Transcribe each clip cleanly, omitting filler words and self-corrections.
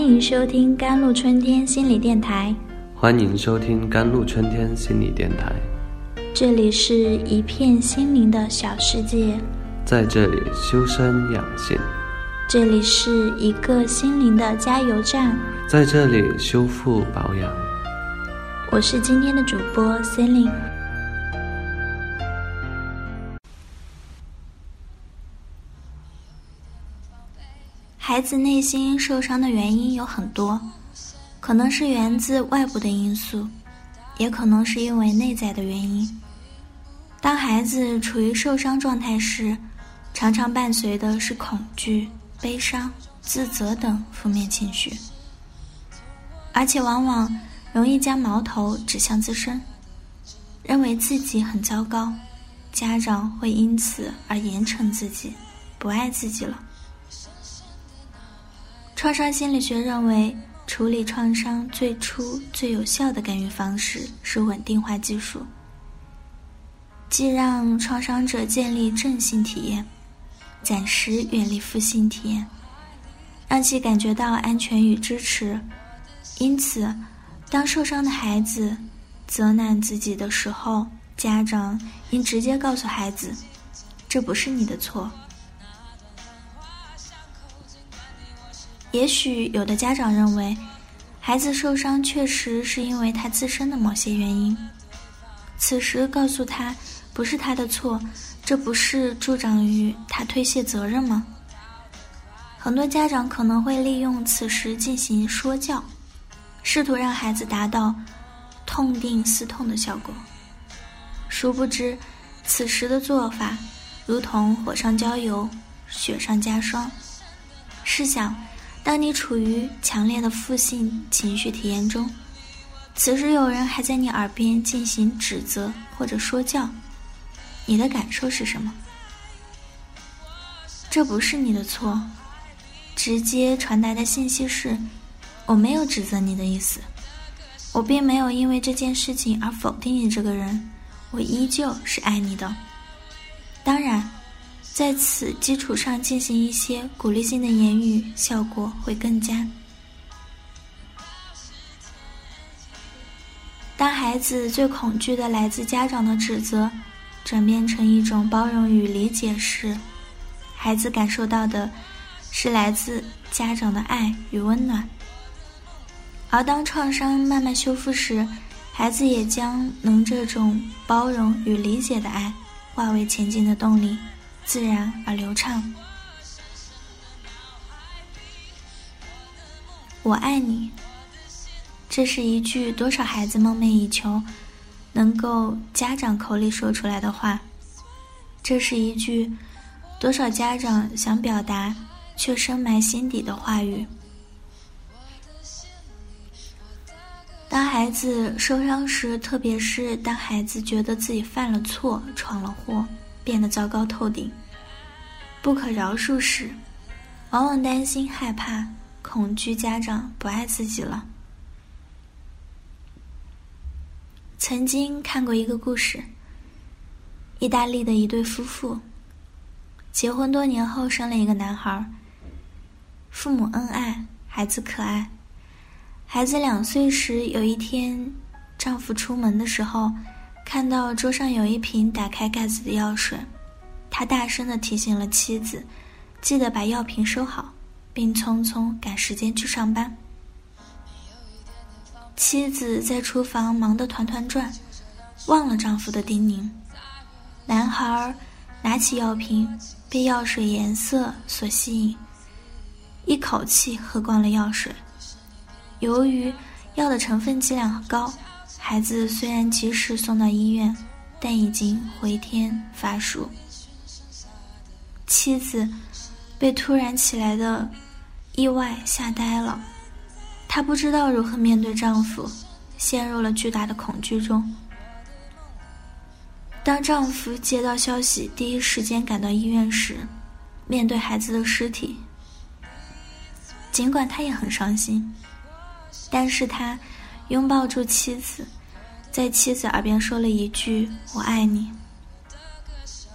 欢迎收听甘露春天心理电台。 欢迎收听甘露春天心理电台。 这里是一片心灵的小世界， 在这里修身养性。 这里是一个心灵的加油站， 在这里修复保养。 我是今天的主播 Celine。孩子内心受伤的原因有很多，可能是源自外部的因素，也可能是因为内在的原因。当孩子处于受伤状态时，常常伴随的是恐惧、悲伤、自责等负面情绪，而且往往容易将矛头指向自身，认为自己很糟糕，家长会因此而严惩自己，不爱自己了。创伤心理学认为，处理创伤最初最有效的干预方式是稳定化技术，既让创伤者建立正性体验，暂时远离负性体验，让其感觉到安全与支持。因此，当受伤的孩子责难自己的时候，家长应直接告诉孩子，这不是你的错。也许有的家长认为，孩子受伤确实是因为他自身的某些原因，此时告诉他不是他的错，这不是助长于他推卸责任吗？很多家长可能会利用此时进行说教，试图让孩子达到痛定思痛的效果。殊不知，此时的做法如同火上浇油，雪上加霜。试想，当你处于强烈的负性情绪体验中，此时有人还在你耳边进行指责或者说教，你的感受是什么？这不是你的错，直接传达的信息是，我没有指责你的意思，我并没有因为这件事情而否定你这个人，我依旧是爱你的。当然，在此基础上进行一些鼓励性的言语，效果会更佳。当孩子最恐惧的来自家长的指责转变成一种包容与理解时，孩子感受到的是来自家长的爱与温暖。而当创伤慢慢修复时，孩子也将能这种包容与理解的爱化为前进的动力，自然而流畅。我爱你，这是一句多少孩子梦寐以求能够家长口里说出来的话，这是一句多少家长想表达却深埋心底的话语。当孩子受伤时，特别是当孩子觉得自己犯了错、闯了祸，变得糟糕透顶，不可饶恕时，往往担心、害怕、恐惧家长不爱自己了。曾经看过一个故事，意大利的一对夫妇，结婚多年后生了一个男孩，父母恩爱，孩子可爱。孩子2岁时，有一天，丈夫出门的时候，看到桌上有一瓶打开盖子的药水，他大声地提醒了妻子，记得把药瓶收好，并匆匆赶时间去上班。妻子在厨房忙得团团转，忘了丈夫的叮咛。男孩拿起药瓶，被药水颜色所吸引，一口气喝光了药水。由于药的成分剂量高，孩子虽然及时送到医院，但已经回天乏术。妻子被突然起来的意外吓呆了，她不知道如何面对丈夫，陷入了巨大的恐惧中。当丈夫接到消息，第一时间赶到医院时，面对孩子的尸体，尽管他也很伤心，但是他拥抱住妻子，在妻子耳边说了一句我爱你。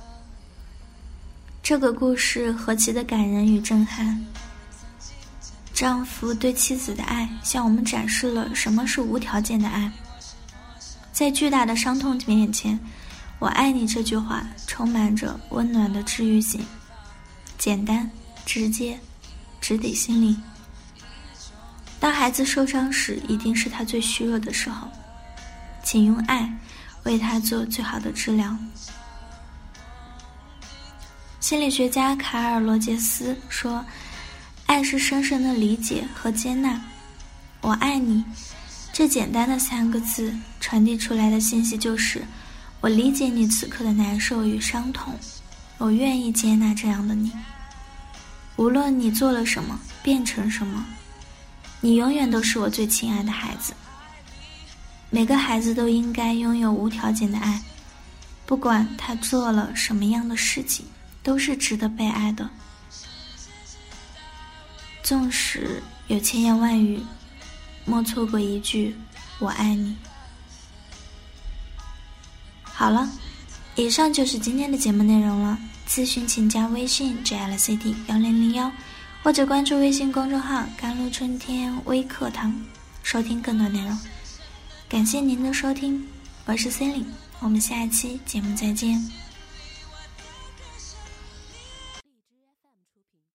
这个故事何其的感人与震撼， 丈夫对妻子的爱向我们展示了什么是无条件的爱。在巨大的伤痛面前，我爱你这句话充满着温暖的治愈性，简单直接，直抵心灵。当孩子受伤时，一定是他最虚弱的时候，请用爱为他做最好的治疗。心理学家卡尔·罗杰斯说，爱是深深的理解和接纳。我爱你，这简单的3个字传递出来的信息就是，我理解你此刻的难受与伤痛，我愿意接纳这样的你。无论你做了什么，变成什么，你永远都是我最亲爱的孩子。每个孩子都应该拥有无条件的爱，不管他做了什么样的事情，都是值得被爱的。纵使有千言万语，莫错过一句我爱你。好了，以上就是今天的节目内容了。咨询请加微信 JLCD1001，或者关注微信公众号甘露春天微课堂，收听更多内容。感谢您的收听，我是 Celine， 我们下一期节目再见。